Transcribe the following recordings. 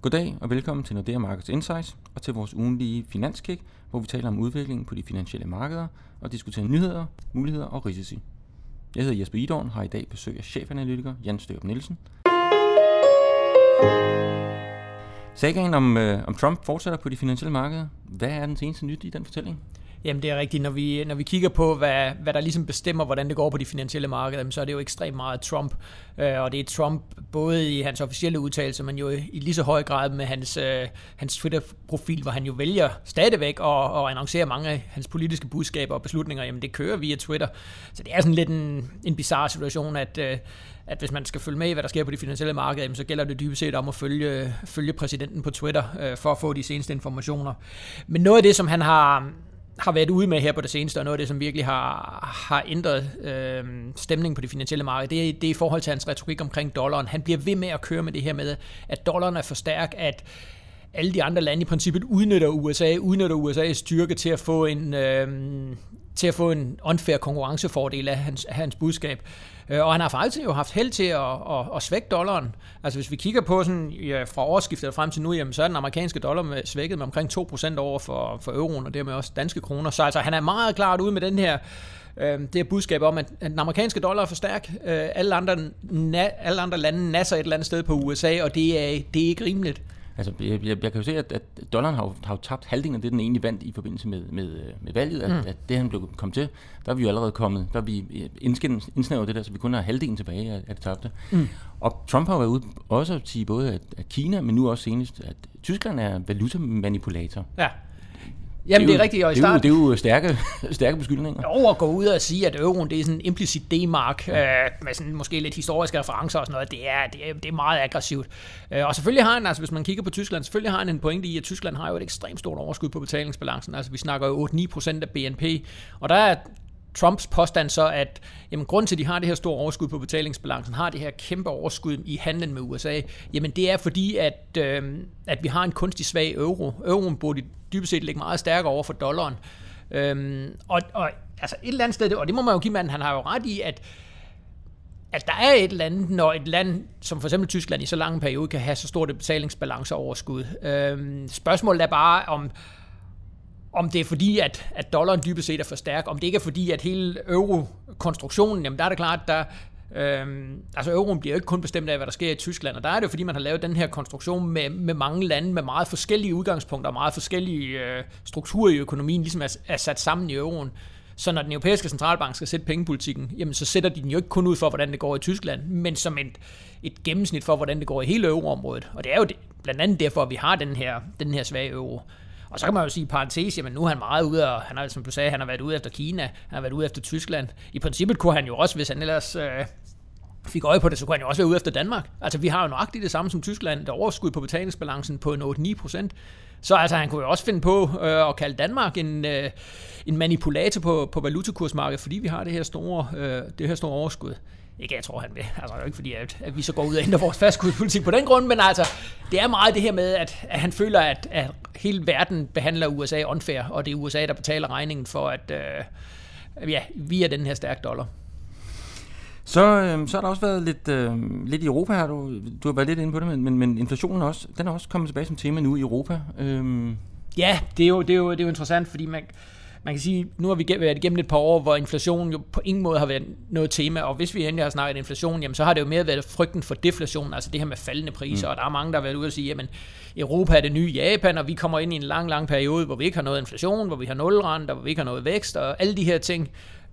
Goddag og velkommen til Nordea Markets Insights og til vores ugenlige finanskick, hvor vi taler om udviklingen på de finansielle markeder og diskuterer nyheder, muligheder og risici. Jeg hedder Jesper Idorn og har i dag besøg af chefanalytiker Jan Størup Nielsen. Sagaen om Trump fortsætter på de finansielle markeder. Hvad er den seneste nyt i den fortælling? Jamen det er rigtigt, når vi kigger på, hvad der ligesom bestemmer, hvordan det går på de finansielle markeder, så er det jo ekstremt meget Trump. Og det er Trump både i hans officielle udtalelser, men jo i lige så høj grad med hans Twitter-profil, hvor han jo vælger stadigvæk at annoncere mange af hans politiske budskaber og beslutninger. Jamen det kører via Twitter. Så det er sådan lidt en bizarre situation, at hvis man skal følge med i, hvad der sker på de finansielle markeder, så gælder det dybest set om at følge præsidenten på Twitter for at få de seneste informationer. Men noget af det, som han har været ude med her på det seneste, og noget af det, som virkelig har ændret stemningen på de finansielle markeder, det er i forhold til hans retorik omkring dollaren. Han bliver ved med at køre med det her med, at dollaren er for stærk, at alle de andre lande i princippet udnytter USA's styrke til at få en unfair konkurrencefordel af hans budskab. Og han har faktisk jo haft held til at svække dollaren. Altså hvis vi kigger på sådan, fra årsskiftet frem til nu, jamen, så er den amerikanske dollar svækket med omkring 2% over for euroen, og dermed også danske kroner. Så altså, han er meget klart ude med det her budskab om, at den amerikanske dollar er for stærk. Alle andre lande nasser et eller andet sted på USA, og det er ikke rimeligt. Altså, jeg kan jo se, at dollaren har jo tabt halvdelen af det, den egentlig vandt i forbindelse med valget, at det han blev kommet til, der er vi jo allerede kommet, der er vi indsnævret det der, så vi kun har halvdelen tilbage af det tabte. Og Trump har været ude også at sige både, at Kina, men nu også senest, at Tyskland er valutamanipulator. Ja. Jamen det er rigtigt, og i starten... Det er jo stærke beskyldninger. Over at gå ud og sige, at euroen det er sådan en implicit D-mark, med sådan måske lidt historiske referencer og sådan noget, det er meget aggressivt. Og selvfølgelig har han, altså hvis man kigger på Tyskland, selvfølgelig har han en pointe i, at Tyskland har jo et ekstremt stort overskud på betalingsbalancen. Altså vi snakker jo 8-9% af BNP, og der er Trumps påstand så, at jamen, grund til, at de har det her store overskud på betalingsbalancen, har det her kæmpe overskud i handlen med USA, jamen det er fordi, at vi har en kunstig svag euro. Euroen burde dybest set ligge meget stærkere over for dollaren. Og altså et eller andet sted, og det må man jo give manden, han har jo ret i, at der er et eller andet, når et land, som for eksempel Tyskland, i så lang en periode kan have så stort et betalingsbalanceoverskud. Spørgsmålet er bare, om det er fordi, at dollaren dybest set er for stærk, om det ikke er fordi, at hele euro-konstruktionen, jamen der er det klart, altså euroen bliver jo ikke kun bestemt af, hvad der sker i Tyskland, og der er det jo fordi, man har lavet den her konstruktion med mange lande, med meget forskellige udgangspunkter, og meget forskellige strukturer i økonomien, ligesom er sat sammen i euroen. Så når den europæiske centralbank skal sætte pengepolitikken, jamen så sætter de den jo ikke kun ud for, hvordan det går i Tyskland, men som et gennemsnit for, hvordan det går i hele euroområdet. Og det er jo blandt andet derfor, at vi har den her svage euro. Og så kan man jo sige parentes, jamen nu er han meget ude, og han har, som du sagde, han har været ude efter Kina, han har været ude efter Tyskland. I princippet kunne han jo også, hvis han ellers fik øje på det, så kunne han jo også være ude efter Danmark. Altså vi har jo nøjagtigt det samme som Tyskland, der overskud på betalingsbalancen på 8-9%. Så altså han kunne jo også finde på at kalde Danmark en manipulator på valutakursmarkedet, fordi vi har det her store overskud. Ikke, jeg tror, han vil. Altså, det er jo ikke fordi, at vi så går ud og ændrer vores fastkurspolitik på den grund, men altså, det er meget det her med, at han føler, at hele verden behandler USA unfair, og det er USA, der betaler regningen for, at vi er den her stærke dollar. Så har der også været lidt i Europa her. Du har været lidt inde på det, men inflationen også, den er også kommet tilbage som tema nu i Europa. Ja, det er jo interessant, fordi man kan sige, nu har vi været igennem et par år, hvor inflationen jo på ingen måde har været noget tema, og hvis vi endelig har snakket inflation, jamen så har det jo mere været frygten for deflation, altså det her med faldende priser, og der er mange, der har været ude og sige, jamen Europa er det nye Japan, og vi kommer ind i en lang periode, hvor vi ikke har noget inflation, hvor vi har nulrente, hvor vi ikke har noget vækst, og alle de her ting.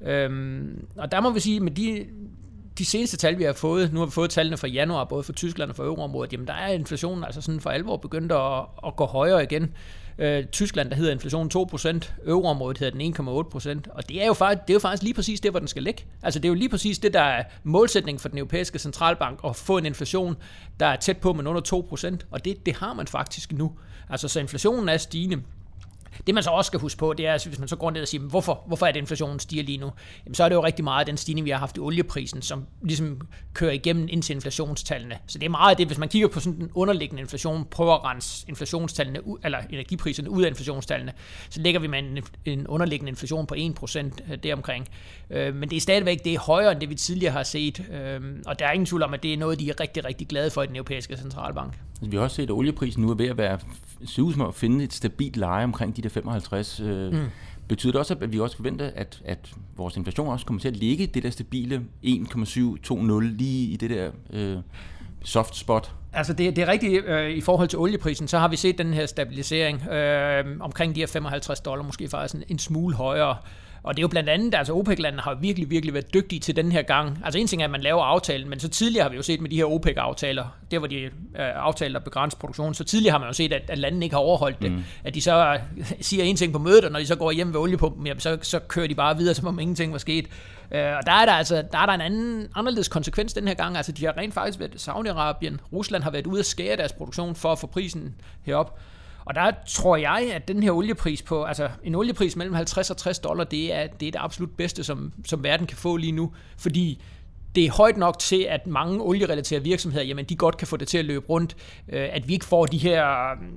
Og der må vi sige, med de seneste tal, vi har fået, nu har vi fået tallene fra januar, både for Tyskland og for euroområdet, jamen der er inflationen altså sådan for alvor begyndt at gå højere igen. Tyskland, der hedder inflationen 2%, euroområdet hedder den 1,8%, og det er jo faktisk lige præcis det, hvor den skal ligge. Altså det er jo lige præcis det, der er målsætningen for den europæiske centralbank, at få en inflation, der er tæt på, men under 2%, og det har man faktisk nu. Altså så inflationen er stigende. Det man så også skal huske på, det er, at hvis man så går ned og siger, hvorfor er det inflationen stiger lige nu, jamen, så er det jo rigtig meget den stigning, vi har haft i olieprisen, som ligesom kører igennem ind til inflationstallene. Så det er meget det, hvis man kigger på sådan den underliggende inflation, prøver at rense inflationstallene, eller energipriserne ud af inflationstallene, så ligger vi med en underliggende inflation på 1% deromkring. Men det er stadigvæk det er højere end det, vi tidligere har set, og der er ingen tvivl om, at det er noget, de er rigtig, rigtig glade for i den europæiske centralbank. Vi har også set, at olieprisen nu er ved at være se ud som at finde et stabilt leje omkring de der 55. Betyder det også, at vi også forventer, at vores inflation også kommer til at ligge det der stabile 1,720 lige i det der soft spot? Altså det er rigtigt, i forhold til olieprisen, så har vi set den her stabilisering omkring de her $55, måske faktisk en smule højere. Og det er jo blandt andet, altså OPEC-landene har virkelig, virkelig været dygtige til den her gang. Altså en ting er, at man laver aftalen, men så tidligere har vi jo set med de her OPEC-aftaler, der hvor de aftaler begrænset produktion, så tidligere har man jo set, at landene ikke har overholdt det. At de så siger en ting på mødet, og når de så går hjem ved oliepumpen, jamen, så kører de bare videre, som om ingenting var sket. Og der er der en anderledes konsekvens den her gang. Altså de har rent faktisk været Saudi-Arabien, Rusland har været ude at skære deres produktion for at få prisen herop. Og der tror jeg, at den her oliepris på, altså en oliepris mellem $50 og $60, det er det absolut bedste, som verden kan få lige nu. Fordi det er højt nok til, at mange olierelaterede virksomheder, jamen de godt kan få det til at løbe rundt. At vi ikke får de her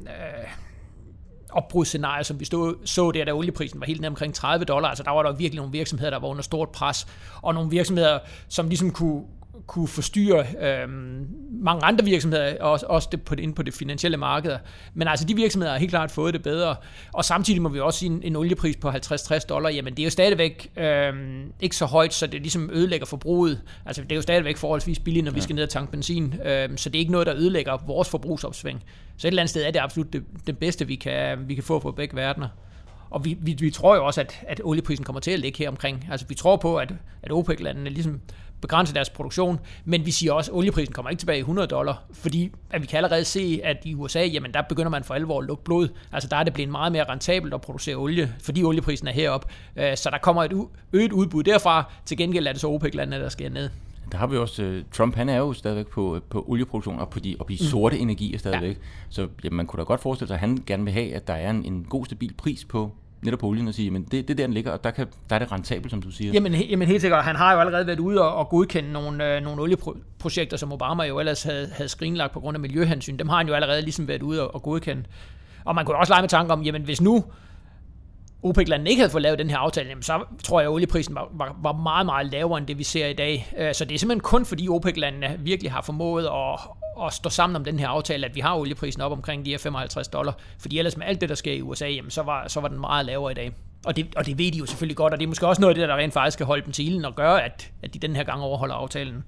opbrudsscenarier, som vi så der, da olieprisen var helt ned omkring $30. Altså der var der virkelig nogle virksomheder, der var under stort pres. Og nogle virksomheder, som ligesom kunne forstyrre mange andre virksomheder, også inde på det finansielle marked. Men altså, de virksomheder har helt klart fået det bedre. Og samtidig må vi også sige, en oliepris på $50-60, jamen det er jo stadigvæk ikke så højt, så det ligesom ødelægger forbruget. Altså, det er jo stadigvæk forholdsvis billigt, når vi skal ned og tanke benzin. Så det er ikke noget, der ødelægger vores forbrugsopsving. Så et eller andet sted er det absolut det bedste, vi kan få på begge verdener. Og vi tror jo også, at olieprisen kommer til at ligge her omkring. Altså, vi tror på, at OPEC-landene ligesom begrænse deres produktion, men vi siger også, at olieprisen kommer ikke tilbage i $100, fordi at vi kan allerede se, at i USA, jamen der begynder man for alvor at lukke blod. Altså der er det blevet meget mere rentabelt at producere olie, fordi olieprisen er heroppe. Så der kommer et øget udbud derfra. Til gengæld er det så OPEC-landene, der sker ned. Der har vi også, Trump han er jo stadigvæk på olieproduktion og på de sorte energier stadigvæk. Ja. Så jamen, man kunne da godt forestille sig, at han gerne vil have, at der er en god, stabil pris på netop på olien og sige, men det er der, den ligger, og der er det rentabelt, som du siger. Jamen helt sikkert. Han har jo allerede været ude og godkende nogle olieprojekter, som Obama jo ellers havde skrinlagt på grund af miljøhensyn. Dem har han jo allerede ligesom været ude og godkende. Og man kunne også lege med tanker om, jamen hvis nu OPEC-landene ikke havde fået lavet den her aftale, jamen så tror jeg, at olieprisen var meget, meget lavere end det, vi ser i dag. Så det er simpelthen kun fordi OPEC-landene virkelig har formået at stå sammen om den her aftale, at vi har olieprisen op omkring de her $55. Fordi ellers med alt det, der sker i USA, jamen så var den meget lavere i dag. Og det ved de jo selvfølgelig godt, og det er måske også noget af det, der rent faktisk skal holde dem til ilden og gøre, at de den her gang overholder aftalen.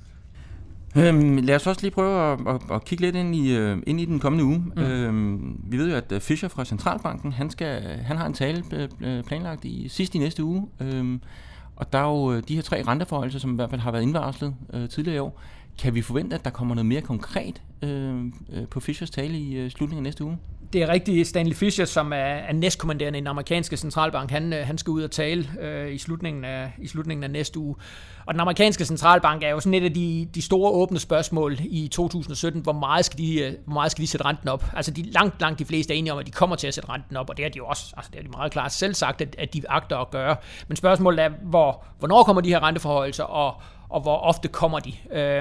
Lad os også lige prøve at kigge lidt ind i den kommende uge. Vi ved jo, at Fischer fra Centralbanken, han har en tale planlagt sidst i næste uge. Og der er jo de her 3 renteforhøjelser, som i hvert fald har været indvarslet tidligere i år. Kan vi forvente, at der kommer noget mere konkret på Fischers tale i slutningen af næste uge? Det er rigtigt. Stanley Fischer, som er næstkommanderende i den amerikanske centralbank, han skal ud og tale i slutningen af næste uge. Og den amerikanske centralbank er jo sådan et af de store åbne spørgsmål i 2017. Hvor meget skal de sætte renten op? Altså langt de fleste er enige om, at de kommer til at sætte renten op, og det er de jo også. Altså det er de meget klart selv sagt, at de agter at gøre. Men spørgsmålet er, hvornår kommer de her renteforhøjelser, og hvor ofte kommer de?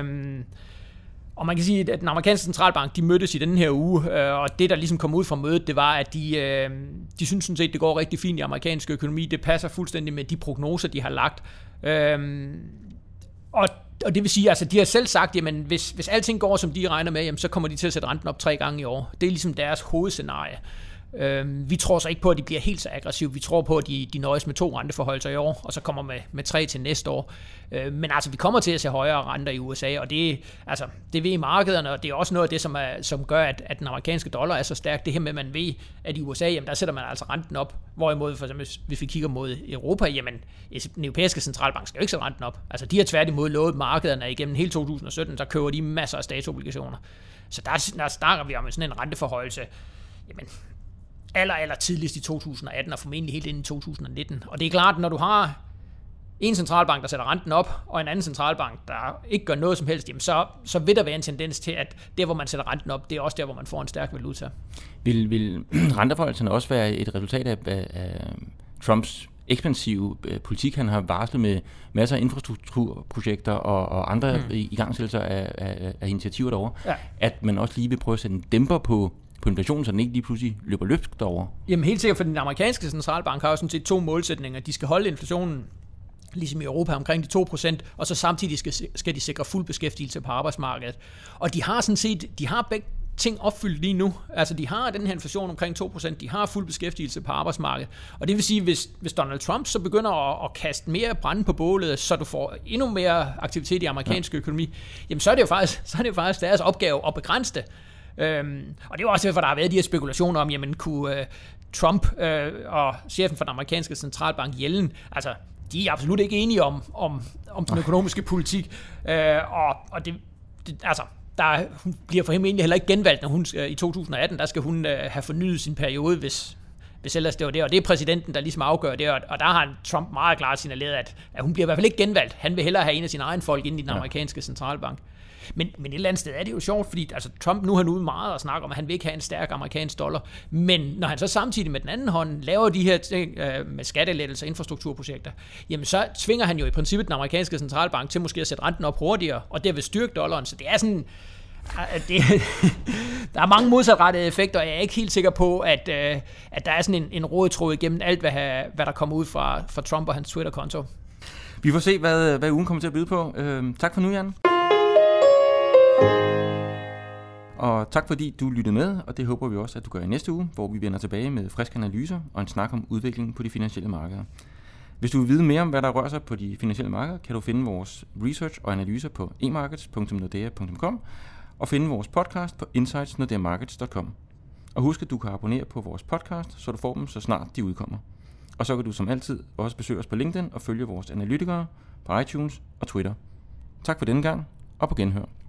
Og man kan sige, at den amerikanske centralbank, de mødtes i den her uge, og det, der ligesom kom ud fra mødet, det var, at de synes sådan set, det går rigtig fint i amerikansk økonomi. Det passer fuldstændig med de prognoser, de har lagt. Og det vil sige, altså de har selv sagt, jamen hvis alting går, som de regner med, jamen, så kommer de til at sætte renten op 3 gange i år. Det er ligesom deres hovedscenarie. Vi tror så ikke på, at de bliver helt så aggressive. Vi tror på, at de nøjes med 2 renteforholdelser i år, og så kommer med 3 til næste år. Men altså, vi kommer til at se højere renter i USA, og det ved markederne, og det er også noget af det, som gør, at den amerikanske dollar er så stærk. Det her med, at man ved, at i USA, jamen, der sætter man altså renten op. Hvorimod, for eksempel, hvis vi kigger mod Europa, jamen, den europæiske centralbank skal jo ikke sætte renten op. Altså, de har tværtimod lovet markederne igennem hele 2017, så køber de masser af statsobligationer. Så der snakker vi om sådan en renteforhøjelse, jamen, aller tidligst i 2018 og formentlig helt ind i 2019. Og det er klart, når du har en centralbank, der sætter renten op, og en anden centralbank, der ikke gør noget som helst, jamen så vil der være en tendens til, at der, hvor man sætter renten op, det er også der, hvor man får en stærk valuta. Vil renteforholdelserne også være et resultat af Trumps ekspansive politik? Han har varslet med masser af infrastrukturprojekter og andre igangsættelser af initiativer derovre, ja. At man også lige vil prøve at sætte en dæmper på inflationen, så den ikke lige pludselig løber løbsk derovre. Jamen helt sikkert, for den amerikanske centralbank har jo sådan set 2 målsætninger. De skal holde inflationen, ligesom i Europa, omkring de 2%, og så samtidig skal de sikre fuld beskæftigelse på arbejdsmarkedet. Og de har sådan set, ting opfyldt lige nu. Altså, de har den her inflation omkring 2%, de har fuld beskæftigelse på arbejdsmarkedet, og det vil sige, hvis Donald Trump så begynder at kaste mere brænde på bålet, så du får endnu mere aktivitet i amerikansk økonomi, jamen så er det jo faktisk deres opgave at begrænse det. Og det er jo også derfor, der har været de her spekulationer om, jamen kunne Trump og chefen for den amerikanske centralbank, Yellen, altså, de er absolut ikke enige om den økonomiske politik, og det altså, hun bliver for hende egentlig heller ikke genvalgt, når hun i 2018, der skal hun have fornyet sin periode, hvis ellers det var det, og det er præsidenten, der ligesom afgør det, og der har Trump meget klart signaleret, at hun bliver i hvert fald ikke genvalgt. Han vil hellere have en af sine egne folk inde i den amerikanske centralbank. Men et eller andet sted er det jo sjovt, fordi altså, Trump nu har nu meget at snakke om, at han vil ikke have en stærk amerikansk dollar, men når han så samtidig med den anden hånd laver de her ting med skattelettelser og infrastrukturprojekter, jamen så tvinger han jo i princippet den amerikanske centralbank til måske at sætte renten op hurtigere, og derved styrke dollaren, så det er sådan... der er mange modsatrettede effekter, og jeg er ikke helt sikker på, at der er sådan en rød tråd igennem alt, hvad der kommer ud fra Trump og hans Twitter-konto. Vi får se, hvad ugen kommer til at byde på. Tak for nu, Jan. Og tak fordi du lyttede med, og det håber vi også, at du gør i næste uge, hvor vi vender tilbage med friske analyser og en snak om udviklingen på de finansielle markeder. Hvis du vil vide mere om, hvad der rører sig på de finansielle markeder, kan du finde vores research og analyser på emarkets.nordea.com og finde vores podcast på insights.nordeamarkets.com. Og husk, at du kan abonnere på vores podcast, så du får dem, så snart de udkommer. Og så kan du som altid også besøge os på LinkedIn og følge vores analytikere på iTunes og Twitter. Tak for denne gang, og på genhør.